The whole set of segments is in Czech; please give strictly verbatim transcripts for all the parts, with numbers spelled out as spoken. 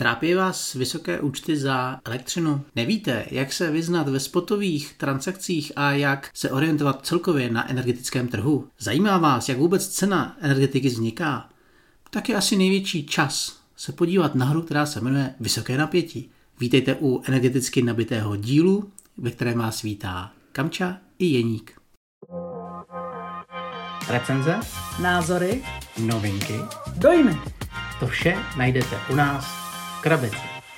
Trápí vás vysoké účty za elektřinu? Nevíte, jak se vyznat ve spotových transakcích a jak se orientovat celkově na energetickém trhu? Zajímá vás, jak vůbec cena energetiky vzniká? Tak je asi největší čas se podívat na hru, která se jmenuje Vysoké napětí. Vítejte u energeticky nabitého dílu, ve kterém vás vítá Kamča i Jeník. Recenze, názory, novinky, dojmy. To vše najdete u nás v krabici.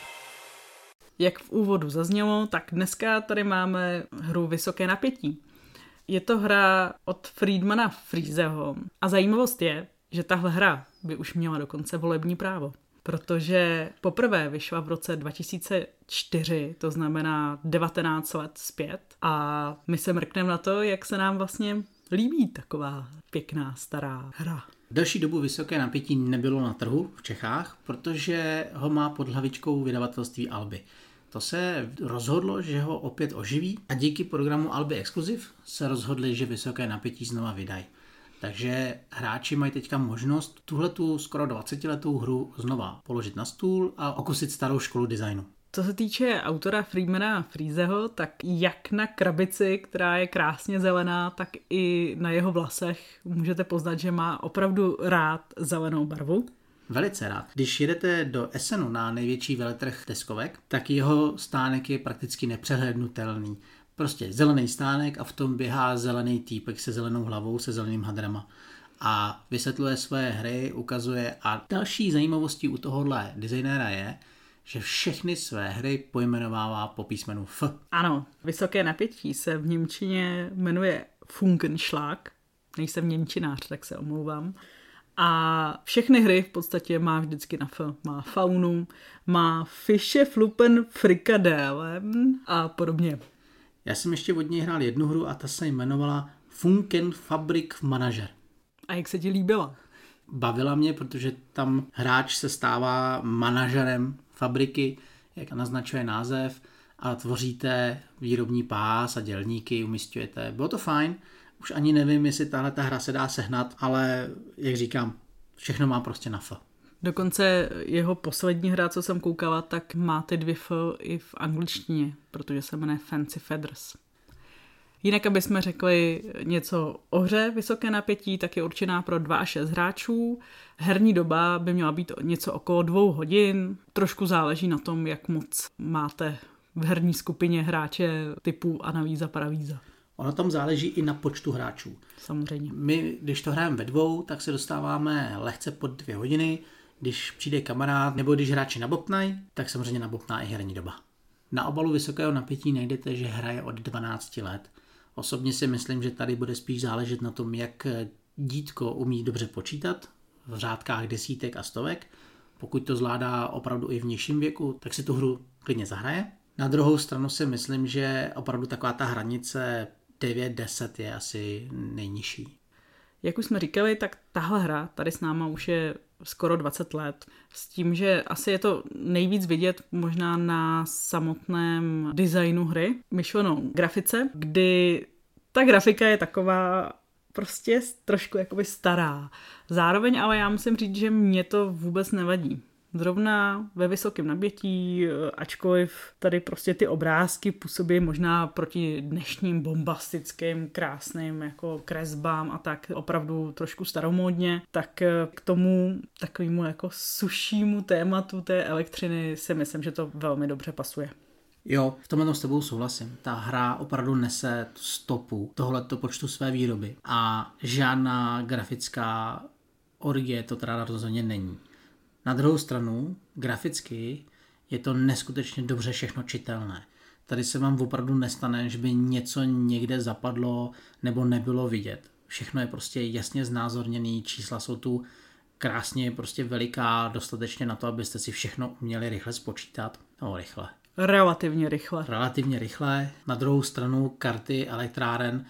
Jak v úvodu zaznělo, tak dneska tady máme hru Vysoké napětí. Je to hra od Friedmana Freeseho a zajímavost je, že tahle hra by už měla dokonce volební právo. Protože poprvé vyšla v roce dva tisíce čtyři, to znamená devatenáct let zpět. A my se mrkneme na to, jak se nám vlastně líbí taková pěkná stará hra. Delší dobu Vysoké napětí nebylo na trhu v Čechách, protože ho má pod hlavičkou vydavatelství Alby. To se rozhodlo, že ho opět oživí a díky programu Alby Exclusive se rozhodli, že Vysoké napětí znova vydají. Takže hráči mají teďka možnost tuhletu skoro dvacetiletou hru znova položit na stůl a okusit starou školu designu. Co se týče autora Friedmana Freeseho, tak jak na krabici, která je krásně zelená, tak i na jeho vlasech můžete poznat, že má opravdu rád zelenou barvu. Velice rád. Když jedete do Essenu na největší veletrh deskovek, tak jeho stánek je prakticky nepřehlédnutelný. Prostě zelený stánek a v tom běhá zelený týpek se zelenou hlavou, se zeleným hadrama. A vysvětluje své hry, ukazuje a další zajímavostí u tohohle designéra je, že všechny své hry pojmenovává po písmenu F. Ano, Vysoké napětí se v němčině jmenuje Funkenschlag. Nejsem němčinář, tak se omlouvám. A všechny hry v podstatě má vždycky na F. Má faunu, má Fische, Fluppen, Frikadelle a podobně. Já jsem ještě od něj hrál jednu hru a ta se jmenovala Funken Fabrik Manager. A jak se ti líbila? Bavila mě, protože tam hráč se stává manažerem fabriky, jak naznačuje název, a tvoříte výrobní pás a dělníky, umísťujete. Bylo to fajn, už ani nevím, jestli tahle ta hra se dá sehnat, ale jak říkám, všechno má prostě na F. Dokonce jeho poslední hra, co jsem koukala, tak má ty dvě F i v angličtině, protože se jmenuje Fancy Feathers. Jinak, aby jsme řekli něco o hře Vysoké napětí, tak je určená pro dva až šest hráčů. Herní doba by měla být něco okolo dvou hodin. Trošku záleží na tom, jak moc máte v herní skupině hráče typu Analýza Paravíza. Ono tam záleží i na počtu hráčů. Samozřejmě. My, když to hrajeme ve dvou, tak se dostáváme lehce pod dvě hodiny. Když přijde kamarád nebo když hráči nabopnají, tak samozřejmě nabopná i herní doba. Na obalu Vysokého napětí najdete, že hraje od dvanácti let. Osobně si myslím, že tady bude spíš záležet na tom, jak dítko umí dobře počítat v řádkách desítek a stovek. Pokud to zvládá opravdu i v nižším věku, tak si tu hru klidně zahraje. Na druhou stranu si myslím, že opravdu taková ta hranice devět deset je asi nejnižší. Jak už jsme říkali, tak tahle hra tady s náma už je skoro dvacet let. S tím, že asi je to nejvíc vidět možná na samotném designu hry, myšleno grafice, kdy ta grafika je taková prostě trošku jakoby stará. Zároveň ale já musím říct, že mě to vůbec nevadí. Zrovna ve Vysokém napětí, ačkoliv tady prostě ty obrázky působí možná proti dnešním bombastickým, krásným jako kresbám a tak opravdu trošku staromódně, tak k tomu takovému jako sušímu tématu té elektřiny si myslím, že to velmi dobře pasuje. Jo, v tomhle s tebou souhlasím. Ta hra opravdu nese stopu tohleto počtu své výroby a žádná grafická orgie to teda rozhodně není. Na druhou stranu, graficky je to neskutečně dobře všechno čitelné. Tady se vám opravdu nestane, že by něco někde zapadlo nebo nebylo vidět. Všechno je prostě jasně znázorněné, čísla jsou tu krásně prostě veliká, dostatečně na to, abyste si všechno uměli rychle spočítat. No rychle. Relativně rychle. Relativně rychle. Na druhou stranu karty elektráren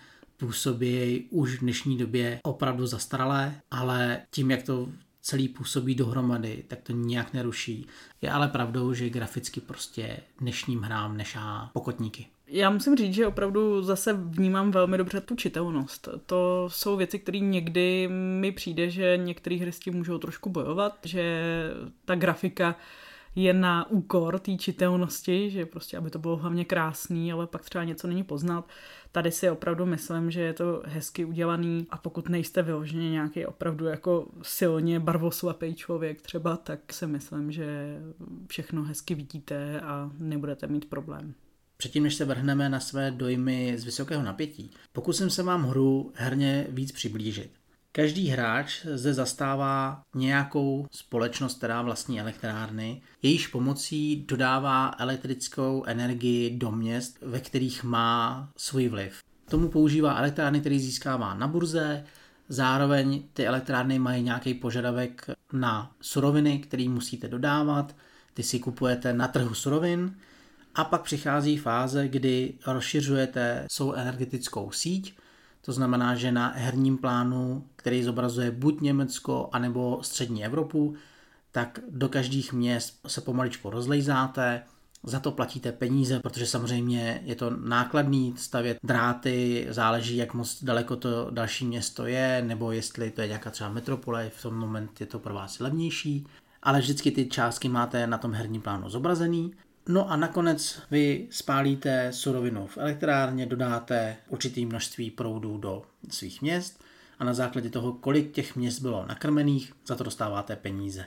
působí už v dnešní době opravdu zastaralé, ale tím, jak to celý působí dohromady, tak to nijak neruší. Je ale pravdou, že graficky prostě dnešním hrám nešá pokotníky. Já musím říct, že opravdu zase vnímám velmi dobře tu čitelnost. To jsou věci, které někdy mi přijde, že některé hry s tím můžou trošku bojovat, že ta grafika je na úkor té čitelnosti, že prostě, aby to bylo hlavně krásný, ale pak třeba něco není poznat. Tady si opravdu myslím, že je to hezky udělaný a pokud nejste vyloženě nějaký opravdu jako silně barvoslepý člověk třeba, tak si myslím, že všechno hezky vidíte a nebudete mít problém. Předtím, než se vrhneme na své dojmy z vysokého napětí, pokusím se vám hru herně víc přiblížit. Každý hráč zde zastává nějakou společnost, která vlastní elektrárny, jejíž pomocí dodává elektrickou energii do měst, ve kterých má svůj vliv. Tomu používá elektrárny, který získává na burze, zároveň ty elektrárny mají nějaký požadavek na suroviny, který musíte dodávat, ty si kupujete na trhu surovin a pak přichází fáze, kdy rozšiřujete svou energetickou síť. To znamená, že na herním plánu, který zobrazuje buď Německo, anebo střední Evropu, tak do každých měst se pomaličku rozlejzáte, za to platíte peníze, protože samozřejmě je to nákladný stavět dráty, záleží, jak moc daleko to další město je, nebo jestli to je nějaká třeba metropole, v tom moment je to pro vás levnější, ale vždycky ty částky máte na tom herním plánu zobrazený. No a nakonec vy spálíte surovinu v elektrárně, dodáte určitý množství proudů do svých měst a na základě toho, kolik těch měst bylo nakrmených, za to dostáváte peníze.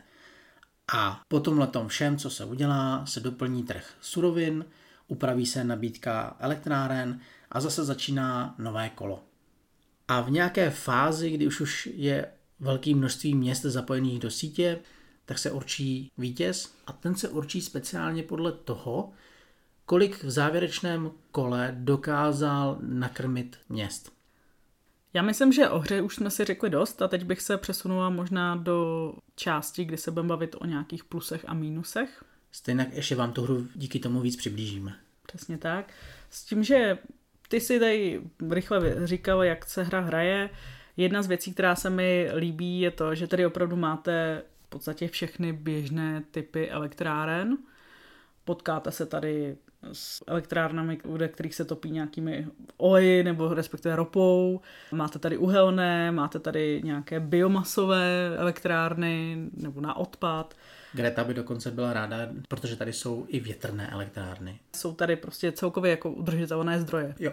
A po tomhletom všem, co se udělá, se doplní trh surovin, upraví se nabídka elektráren a zase začíná nové kolo. A v nějaké fázi, kdy už, už je velké množství měst zapojených do sítě, tak se určí vítěz a ten se určí speciálně podle toho, kolik v závěrečném kole dokázal nakrmit měst. Já myslím, že o hře už jsme si řekli dost a teď bych se přesunula možná do části, kdy se budeme bavit o nějakých plusech a mínusech. Stejně ještě vám tu hru díky tomu víc přiblížíme. Přesně tak. S tím, že ty si tady rychle říkal, jak se hra hraje. Jedna z věcí, která se mi líbí, je to, že tady opravdu máte v podstatě všechny běžné typy elektráren. Potkáte se tady s elektrárnami, kde kterých se topí nějakými oleji nebo respektive ropou. Máte tady uhelné, máte tady nějaké biomasové elektrárny nebo na odpad. Greta by dokonce byla ráda, protože tady jsou i větrné elektrárny. Jsou tady prostě celkově jako udržitelné zdroje. Jo.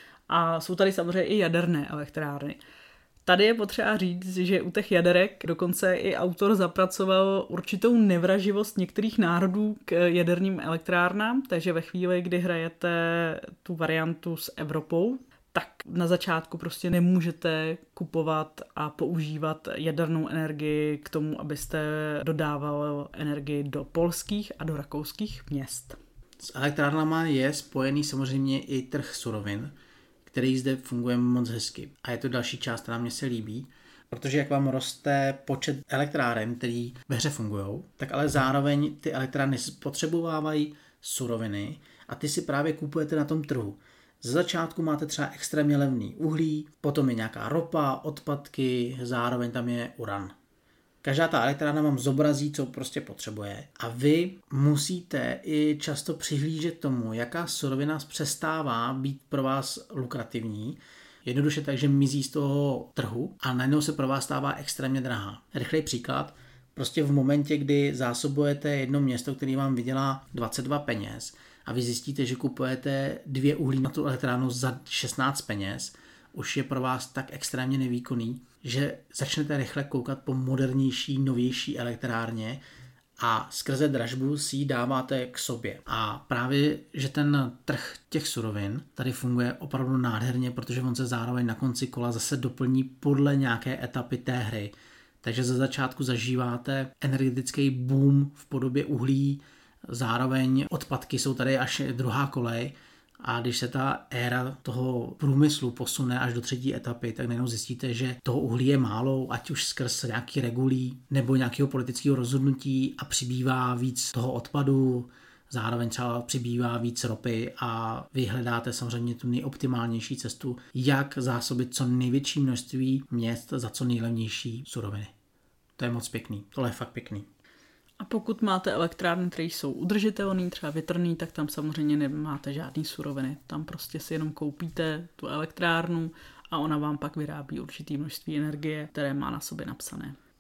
A jsou tady samozřejmě i jaderné elektrárny. Tady je potřeba říct, že u těch jaderek dokonce i autor zapracoval určitou nevraživost některých národů k jaderným elektrárnám, takže ve chvíli, kdy hrajete tu variantu s Evropou, tak na začátku prostě nemůžete kupovat a používat jadernou energii k tomu, abyste dodával energii do polských a do rakouských měst. S elektrárnama je spojený samozřejmě i trh surovin, který zde funguje moc hezky. A je to další část, která mě se líbí, protože jak vám roste počet elektráren, který ve hře fungují, tak ale zároveň ty elektrárny spotřebovávají suroviny a ty si právě kupujete na tom trhu. Ze začátku máte třeba extrémně levný uhlí, potom je nějaká ropa, odpadky, zároveň tam je uran. Každá ta elektrárna vám zobrazí, co prostě potřebuje. A vy musíte i často přihlížet tomu, jaká surovina přestává být pro vás lukrativní. Jednoduše tak, že mizí z toho trhu a najednou se pro vás stává extrémně drahá. Rychlej příklad. Prostě v momentě, kdy zásobujete jedno město, který vám vydělá dvacet dva peněz a vy zjistíte, že kupujete dvě uhlí na tu elektrárnu za šestnáct peněz, už je pro vás tak extrémně nevýkonný, že začnete rychle koukat po modernější, novější elektrárně a skrze dražbu si ji dáváte k sobě. A právě, že ten trh těch surovin tady funguje opravdu nádherně, protože on se zároveň na konci kola zase doplní podle nějaké etapy té hry. Takže za začátku zažíváte energetický boom v podobě uhlí, zároveň odpadky jsou tady až druhá kolej. A když se ta éra toho průmyslu posune až do třetí etapy, tak najednou zjistíte, že toho uhlí je málo, ať už skrz nějaký regulí nebo nějakého politického rozhodnutí a přibývá víc toho odpadu, zároveň třeba přibývá víc ropy a vy hledáte samozřejmě tu nejoptimálnější cestu, jak zásobit co největší množství měst za co nejlevnější suroviny. To je moc pěkný, tohle je fakt pěkný. A pokud máte elektrárny, které jsou udržitelné, třeba větrný, tak tam samozřejmě nemáte žádný suroviny. Tam prostě si jenom koupíte tu elektrárnu a ona vám pak vyrábí určitý množství energie, které má na sobě napsané.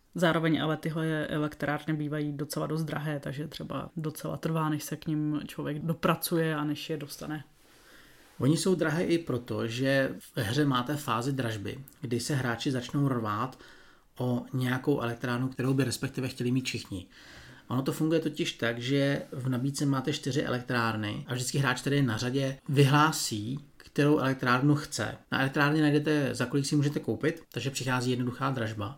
Zároveň ale tyhle elektrárny bývají docela dost drahé, takže třeba docela trvá, než se k ním člověk dopracuje a než je dostane. Oni jsou drahé i proto, že ve hře máte fázi dražby, kdy se hráči začnou rvát o nějakou elektrárnu, kterou by respektive chtěli mít všichni. Ono to funguje totiž tak, že v nabídce máte čtyři elektrárny a vždycky hráč, který je na řadě, vyhlásí, kterou elektrárnu chce. Na elektrárně najdete, za kolik si můžete koupit, takže přichází jednoduchá dražba.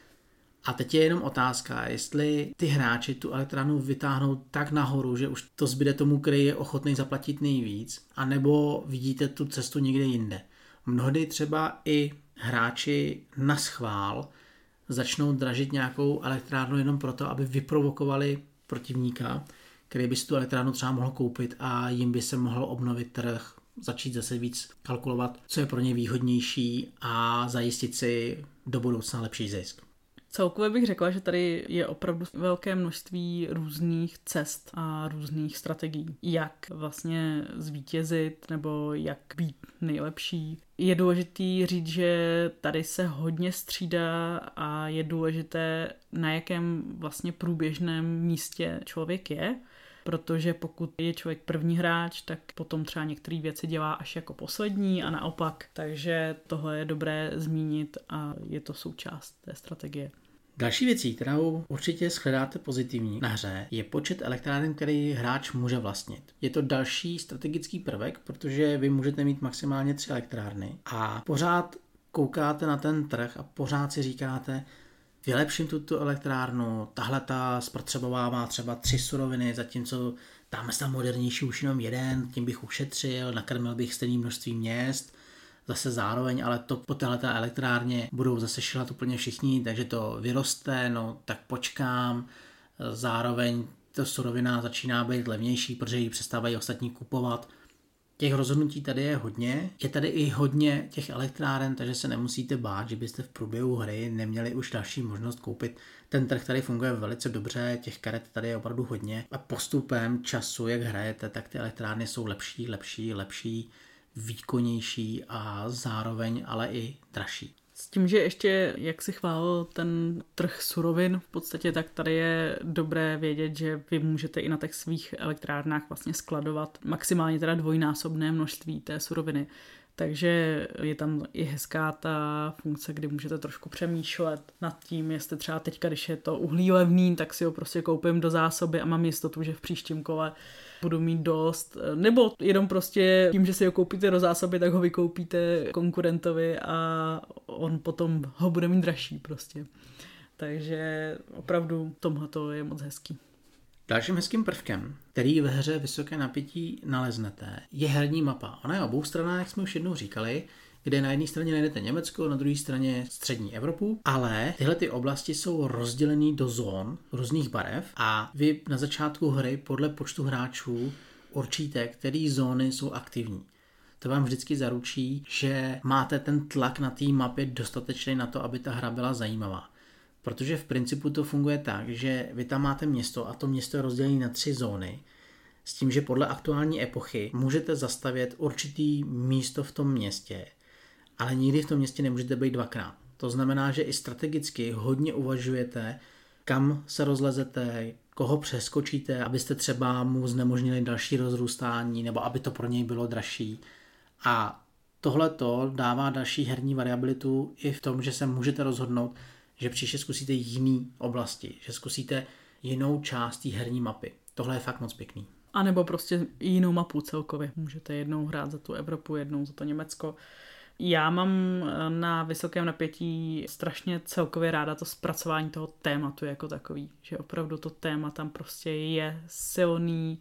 A teď je jenom otázka, jestli ty hráči tu elektrárnu vytáhnou tak nahoru, že už to zbyde tomu, který je ochotný zaplatit nejvíc, anebo vidíte tu cestu někde jinde. Mnohdy třeba i hráči na schvál začnou dražit nějakou elektrárnu jenom proto, aby vyprovokovali protivníka, který by si tu elektrárnu třeba mohl koupit a jim by se mohl obnovit trh, začít zase víc kalkulovat, co je pro ně výhodnější a zajistit si do budoucna lepší zisk. Celkově bych řekla, že tady je opravdu velké množství různých cest a různých strategií, jak vlastně zvítězit nebo jak být nejlepší. Je důležitý říct, že tady se hodně střídá a je důležité, na jakém vlastně průběžném místě člověk je, protože pokud je člověk první hráč, tak potom třeba některé věci dělá až jako poslední a naopak. Takže tohle je dobré zmínit a je to součást té strategie. Další věcí, kterou určitě shledáte pozitivní na hře, je počet elektráren, který hráč může vlastnit. Je to další strategický prvek, protože vy můžete mít maximálně tři elektrárny a pořád koukáte na ten trh a pořád si říkáte, vylepším tuto elektrárnu, tahle ta spotřebovává třeba tři suroviny, zatímco dáme tam modernější už jenom jeden, tím bych ušetřil, nakrmil bych stejné množství měst. Zase zároveň, ale to po téhleté elektrárně budou zase šílat úplně všichni, takže to vyroste, no tak počkám. Zároveň ta surovina začíná být levnější, protože ji přestávají ostatní kupovat. Těch rozhodnutí tady je hodně. Je tady i hodně těch elektráren, takže se nemusíte bát, že byste v průběhu hry neměli už další možnost koupit. Ten trh tady funguje velice dobře, těch karet tady je opravdu hodně. A postupem času, jak hrajete, tak ty elektrárny jsou lepší, lepší, lepší, výkonnější a zároveň ale i dražší. S tím, že ještě, jak si chválil ten trh surovin, v podstatě tak tady je dobré vědět, že vy můžete i na těch svých elektrárnách vlastně skladovat maximálně teda dvojnásobné množství té suroviny. Takže je tam i hezká ta funkce, kdy můžete trošku přemýšlet nad tím, jestli třeba teďka, když je to uhlí levný, tak si ho prostě koupím do zásoby a mám jistotu, že v příštím kole budu mít dost. Nebo jenom prostě tím, že si ho koupíte do zásoby, tak ho vykoupíte konkurentovi a on potom ho bude mít dražší prostě. Takže opravdu tohleto je moc hezký. Dalším hezkým prvkem, který ve hře Vysoké napětí naleznete, je herní mapa. Ona je obou stranách, jak jsme už jednou říkali, kde na jedné straně najdete Německo, na druhé straně střední Evropu, ale tyhle ty oblasti jsou rozdělené do zón různých barev a vy na začátku hry podle počtu hráčů určíte, které zóny jsou aktivní. To vám vždycky zaručí, že máte ten tlak na té mapě dostatečný na to, aby ta hra byla zajímavá. Protože v principu to funguje tak, že vy tam máte město a to město je rozdělené na tři zóny, s tím, že podle aktuální epochy můžete zastavět určitý místo v tom městě, ale nikdy v tom městě nemůžete být dvakrát. To znamená, že i strategicky hodně uvažujete, kam se rozlezete, koho přeskočíte, abyste třeba mu znemožnili další rozrůstání nebo aby to pro něj bylo dražší. A tohleto dává další herní variabilitu i v tom, že se můžete rozhodnout, že příště zkusíte jiný oblasti, že zkusíte jinou část té herní mapy. Tohle je fakt moc pěkný. A nebo prostě jinou mapu celkově. Můžete jednou hrát za tu Evropu, jednou za to Německo. Já mám na Vysokém napětí strašně celkově ráda to zpracování toho tématu jako takový. Že opravdu to téma tam prostě je silný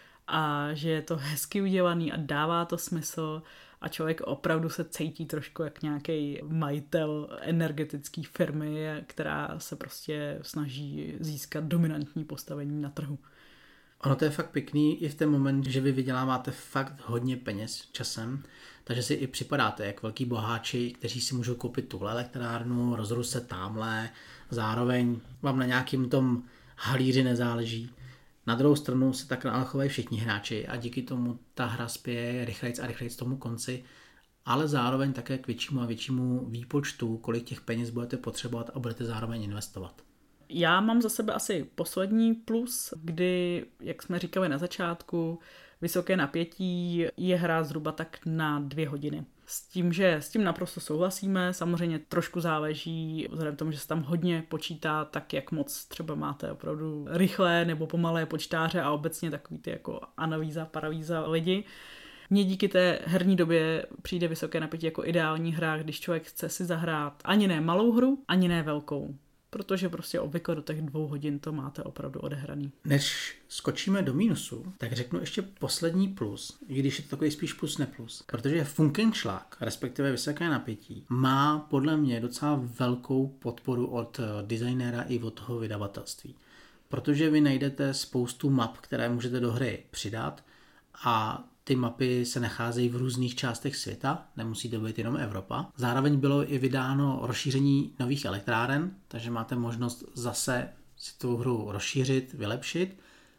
a že je to hezky udělaný a dává to smysl a člověk opravdu se cítí trošku jak nějaký majitel energetické firmy, která se prostě snaží získat dominantní postavení na trhu. Ono to je fakt pěkný i v ten moment, že vy vyděláváte fakt hodně peněz časem, takže si i připadáte jak velký boháči, kteří si můžou koupit tuhle elektrárnu, rozrůst se tamhle, zároveň vám na nějakým tom halíři nezáleží. Na druhou stranu se tak chovají všichni hráči a díky tomu ta hra spěje rychlejc a rychlejc tomu konci ale zároveň také k většímu a většímu výpočtu, kolik těch peněz budete potřebovat a budete zároveň investovat. Já mám za sebe asi poslední plus, kdy, jak jsme říkali na začátku, vysoké napětí je hra zhruba tak na dvě hodiny. S tím, že s tím naprosto souhlasíme, samozřejmě trošku záleží, vzhledem k tomu, že se tam hodně počítá, tak jak moc třeba máte opravdu rychlé nebo pomalé počítáře a obecně takový ty jako analýza, paralýza lidi. Mně díky té herní době přijde vysoké napětí jako ideální hra, když člověk chce si zahrát ani ne malou hru, ani ne velkou. Protože prostě obvykle do těch dvou hodin to máte opravdu odehraný. Než skočíme do mínusu, tak řeknu ještě poslední plus, i když je to takový spíš plus neplus. Protože Funkenschlag, respektive vysoké napětí, má podle mě docela velkou podporu od designéra i od toho vydavatelství. Protože vy najdete spoustu map, které můžete do hry přidat a ty mapy se nacházejí v různých částech světa, nemusí to být jenom Evropa. Zároveň bylo i vydáno rozšíření nových elektráren, takže máte možnost zase si tu hru rozšířit, vylepšit.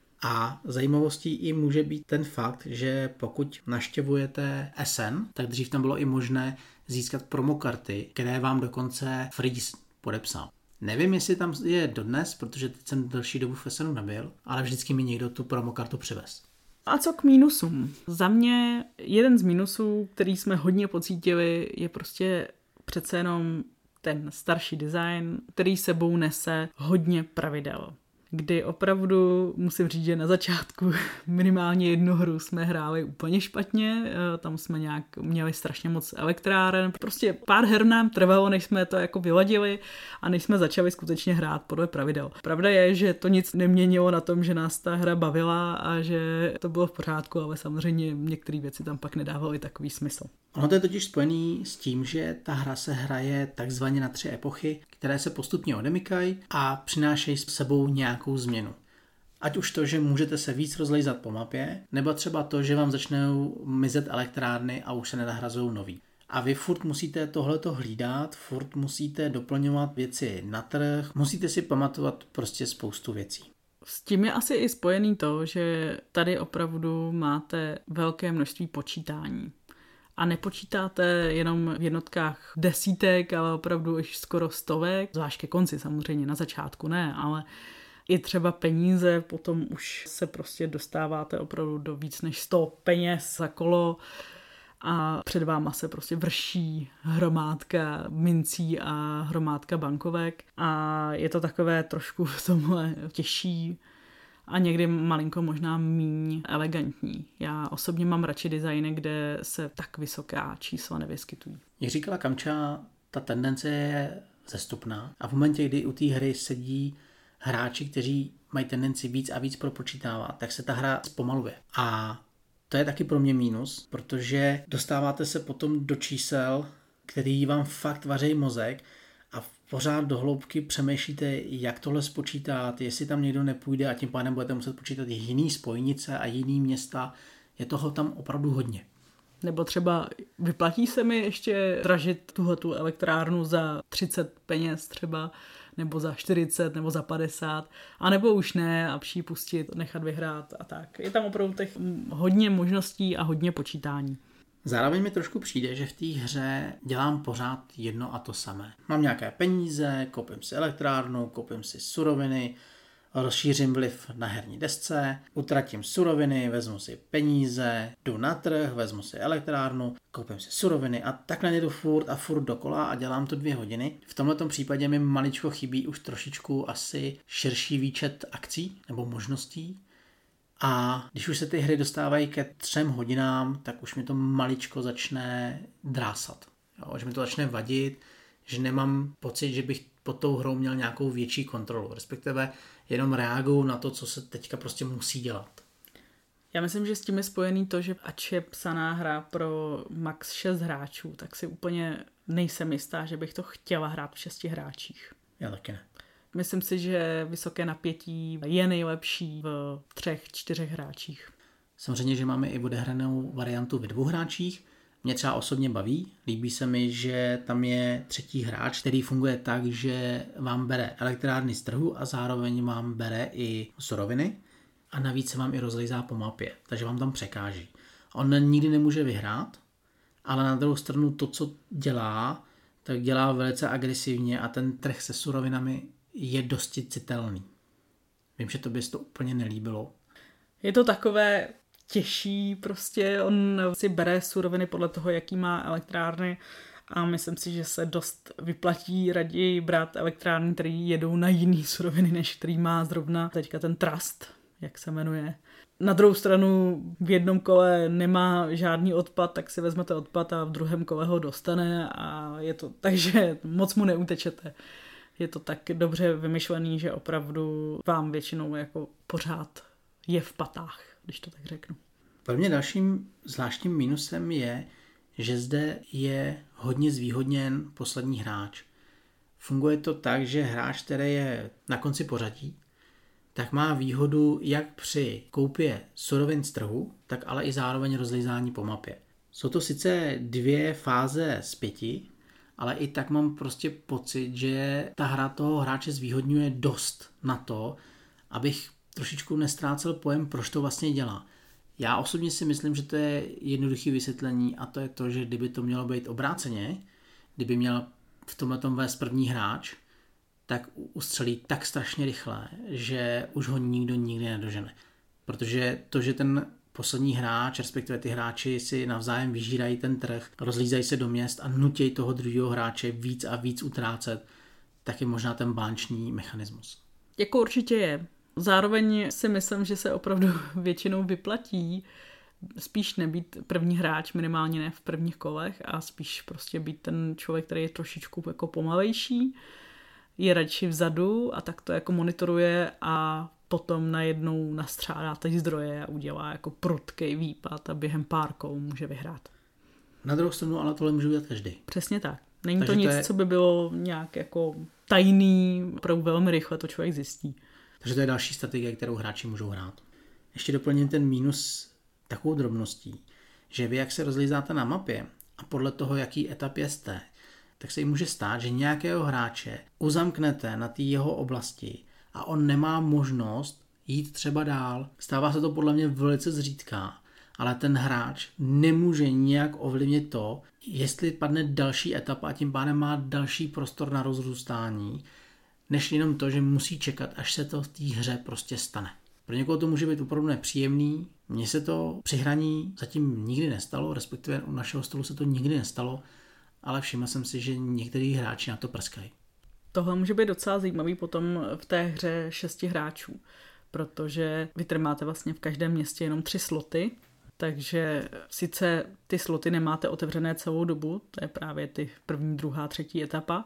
A zajímavostí i může být ten fakt, že pokud navštěvujete S N, tak dřív tam bylo i možné získat promokarty, které vám dokonce Freeze podepsal. Nevím, jestli tam je dodnes, protože teď jsem delší dobu v S N nebyl, ale vždycky mi někdo tu promokartu přivez. A co k mínusům? Za mě jeden z mínusů, který jsme hodně pocítili, je prostě přece jenom ten starší design, který sebou nese hodně pravidel. Kdy opravdu musím říct, že na začátku minimálně jednu hru jsme hráli úplně špatně, tam jsme nějak měli strašně moc elektráren, prostě pár her nám trvalo, než jsme to jako vyladili a než jsme začali skutečně hrát podle pravidel. Pravda je, že to nic neměnilo na tom, že nás ta hra bavila a že to bylo v pořádku, ale samozřejmě některé věci tam pak nedávaly takový smysl. Ono to je totiž spojený s tím, že ta hra se hraje takzvaně na tři epochy, které se postupně odemykají a přinášejí s sebou nějakou změnu. Ať už to, že můžete se víc rozlejzat po mapě, nebo třeba to, že vám začnou mizet elektrárny a už se nenahrazují nový. A vy furt musíte tohleto hlídat, furt musíte doplňovat věci na trh, musíte si pamatovat prostě spoustu věcí. S tím je asi i spojený to, že tady opravdu máte velké množství počítání. A nepočítáte jenom v jednotkách desítek, ale opravdu už skoro stovek, zvlášť ke konci samozřejmě, na začátku ne, ale i třeba peníze, potom už se prostě dostáváte opravdu do víc než sto peněz za kolo a před váma se prostě vrší hromádka mincí a hromádka bankovek a je to takové trošku v tomhle těžší a někdy malinko možná míň elegantní. Já osobně mám radši designy, kde se tak vysoká čísla nevyskytují. Jak říkala Kamča, ta tendence je zestupná a v momentě, kdy u té hry sedí hráči, kteří mají tendenci víc a víc propočítávat, tak se ta hra zpomaluje. A to je taky pro mě mínus, protože dostáváte se potom do čísel, který vám fakt vaří mozek a pořád do hloubky přemýšlíte, jak tohle spočítat, jestli tam někdo nepůjde a tím pádem budete muset počítat jiný spojnice a jiný města. Je toho tam opravdu hodně. Nebo třeba vyplatí se mi ještě dražit tuhletu elektrárnu za třicet peněz třeba, nebo za čtyřicet, nebo za padesát, a nebo už ne a připustit, nechat vyhrát a tak. Je tam opravdu těch hodně možností a hodně počítání. Zároveň mi trošku přijde, že v té hře dělám pořád jedno a to samé. Mám nějaké peníze, koupím si elektrárnu, koupím si suroviny, rozšířím vliv na herní desce, utratím suroviny, vezmu si peníze, jdu na trh, vezmu si elektrárnu, koupím si suroviny a takhle jdu furt a furt dokola a dělám to dvě hodiny. V tomto případě mi maličko chybí už trošičku asi širší výčet akcí nebo možností. A když už se ty hry dostávají ke třem hodinám, tak už mi to maličko začne drásat. Jo, že mi to začne vadit, že nemám pocit, že bych pod tou hrou měl nějakou větší kontrolu. Respektive jenom reaguju na to, co se teďka prostě musí dělat. Já myslím, že s tím je spojený to, že ač je psaná hra pro max šest hráčů, tak si úplně nejsem jistá, že bych to chtěla hrát v šesti hráčích. Já taky ne. Myslím si, že vysoké napětí je nejlepší v třech, čtyřech hráčích. Samozřejmě, že máme i odehranou variantu ve dvou hráčích. Mě třeba osobně baví. Líbí se mi, že tam je třetí hráč, který funguje tak, že vám bere elektrárny z trhu a zároveň vám bere i suroviny. A navíc se vám i rozlejzá po mapě, takže vám tam překáží. On nikdy nemůže vyhrát, ale na druhou stranu to, co dělá, tak dělá velice agresivně a ten trh se surovinami je dosti citelný. Vím, že to by se to úplně nelíbilo. Je to takové těžší, prostě on si bere suroviny podle toho, jaký má elektrárny a myslím si, že se dost vyplatí raději brát elektrárny, které jedou na jiný suroviny, než který má zrovna teďka ten Trust, jak se jmenuje. Na druhou stranu v jednom kole nemá žádný odpad, tak si vezmete odpad a v druhém kole ho dostane a je to, takže moc mu neutečete. Je to tak dobře vymyšlený, že opravdu vám většinou jako pořád je v patách, když to tak řeknu. Pro mě dalším zvláštním minusem je, že zde je hodně zvýhodněn poslední hráč. Funguje to tak, že hráč, který je na konci pořadí, tak má výhodu jak při koupě surovin z trhu, tak ale i zároveň rozlízání po mapě. Jsou to sice dvě fáze z pěti, ale i tak mám prostě pocit, že ta hra toho hráče zvýhodňuje dost na to, abych trošičku nestrácel pojem, proč to vlastně dělá. Já osobně si myslím, že to je jednoduché vysvětlení a to je to, že kdyby to mělo být obráceně, kdyby měl v tomhletom vést první hráč, tak ustřelí tak strašně rychle, že už ho nikdo nikdy nedožene. Protože to, že ten poslední hráč, respektive ty hráči si navzájem vyžírají ten trh, rozlízají se do měst a nutějí toho druhého hráče víc a víc utrácet, tak je možná ten blanční mechanismus. Jako určitě je. Zároveň si myslím, že se opravdu většinou vyplatí spíš nebýt první hráč, minimálně ne v prvních kolech a spíš prostě být ten člověk, který je trošičku jako pomalejší, je radši vzadu a tak to jako monitoruje a potom najednou nastřádá ty zdroje a udělá jako prudkej výpad a během pár kol může vyhrát. Na druhou stranu ale tohle může udělat každý. Přesně tak. Není Takže to nic, to je... co by bylo nějak jako tajný, opravdu velmi rychle to člověk zjistí. Takže to je další strategie, kterou hráči můžou hrát. Ještě doplním ten mínus takovou drobností, že vy, jak se rozlízáte na mapě a podle toho, jaký etapě jste, tak se jim může stát, že nějakého hráče uzamknete na té jeho oblasti a on nemá možnost jít třeba dál. Stává se to podle mě velice zřídka, ale ten hráč nemůže nijak ovlivnit to, jestli padne další etapa a tím pádem má další prostor na rozrůstání, než jenom to, že musí čekat, až se to v té hře prostě stane. Pro někoho to může být opravdu nepříjemný. Mně se to při hraní zatím nikdy nestalo, respektive u našeho stolu se to nikdy nestalo, ale všiml jsem si, že některý hráči na to prskají. Tohle může být docela zajímavý potom v té hře šesti hráčů, protože vy tady máte vlastně v každém městě jenom tři sloty, takže sice ty sloty nemáte otevřené celou dobu, to je právě ty první, druhá, třetí etapa,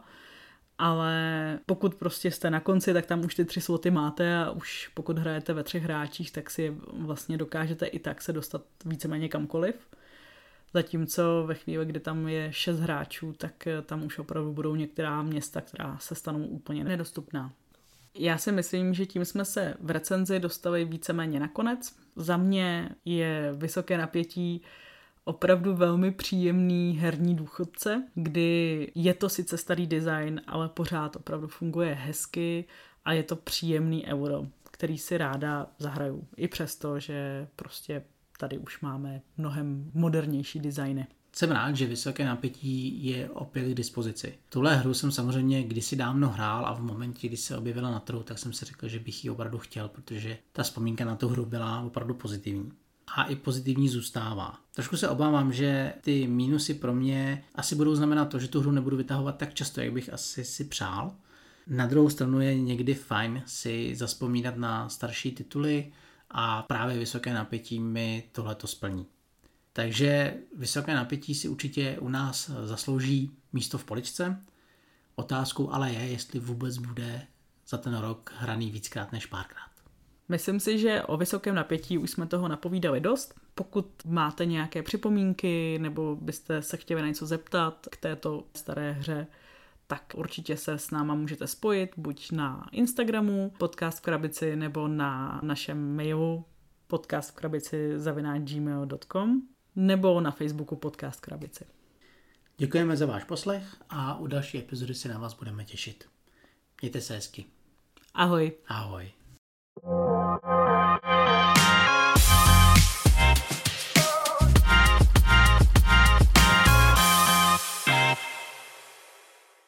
ale pokud prostě jste na konci, tak tam už ty tři sloty máte a už pokud hrajete ve třech hráčích, tak si vlastně dokážete i tak se dostat víceméně kamkoliv. Zatímco ve chvíli, kdy tam je šest hráčů, tak tam už opravdu budou některá města, která se stanou úplně nedostupná. Já si myslím, že tím jsme se v recenzi dostali víceméně na konec. Za mě je Vysoké napětí opravdu velmi příjemný herní důchodce, kdy je to sice starý design, ale pořád opravdu funguje hezky a je to příjemný euro, který si ráda zahraju. I přesto, že prostě tady už máme mnohem modernější designy. Jsem rád, že Vysoké napětí je opět k dispozici. Tuhle hru jsem samozřejmě kdysi dávno hrál a v momentě, kdy se objevila na trhu, tak jsem si řekl, že bych ji opravdu chtěl, protože ta vzpomínka na tu hru byla opravdu pozitivní. A i pozitivní zůstává. Trošku se obávám, že ty mínusy pro mě asi budou znamenat to, že tu hru nebudu vytahovat tak často, jak bych asi si přál. Na druhou stranu je někdy fajn si zazpomínat na starší tituly a právě Vysoké napětí mi tohleto splní. Takže Vysoké napětí si určitě u nás zaslouží místo v poličce. Otázkou ale je, jestli vůbec bude za ten rok hraný víckrát než párkrát. Myslím si, že o Vysokém napětí už jsme toho napovídali dost. Pokud máte nějaké připomínky nebo byste se chtěli na něco zeptat k této staré hře, tak určitě se s náma můžete spojit buď na Instagramu podcast v krabici nebo na našem mailu podcast v krabici zavináč gmail tečka com nebo na Facebooku podcast v krabici. Děkujeme za váš poslech a u další epizody se na vás budeme těšit. Mějte se hezky. Ahoj. Ahoj.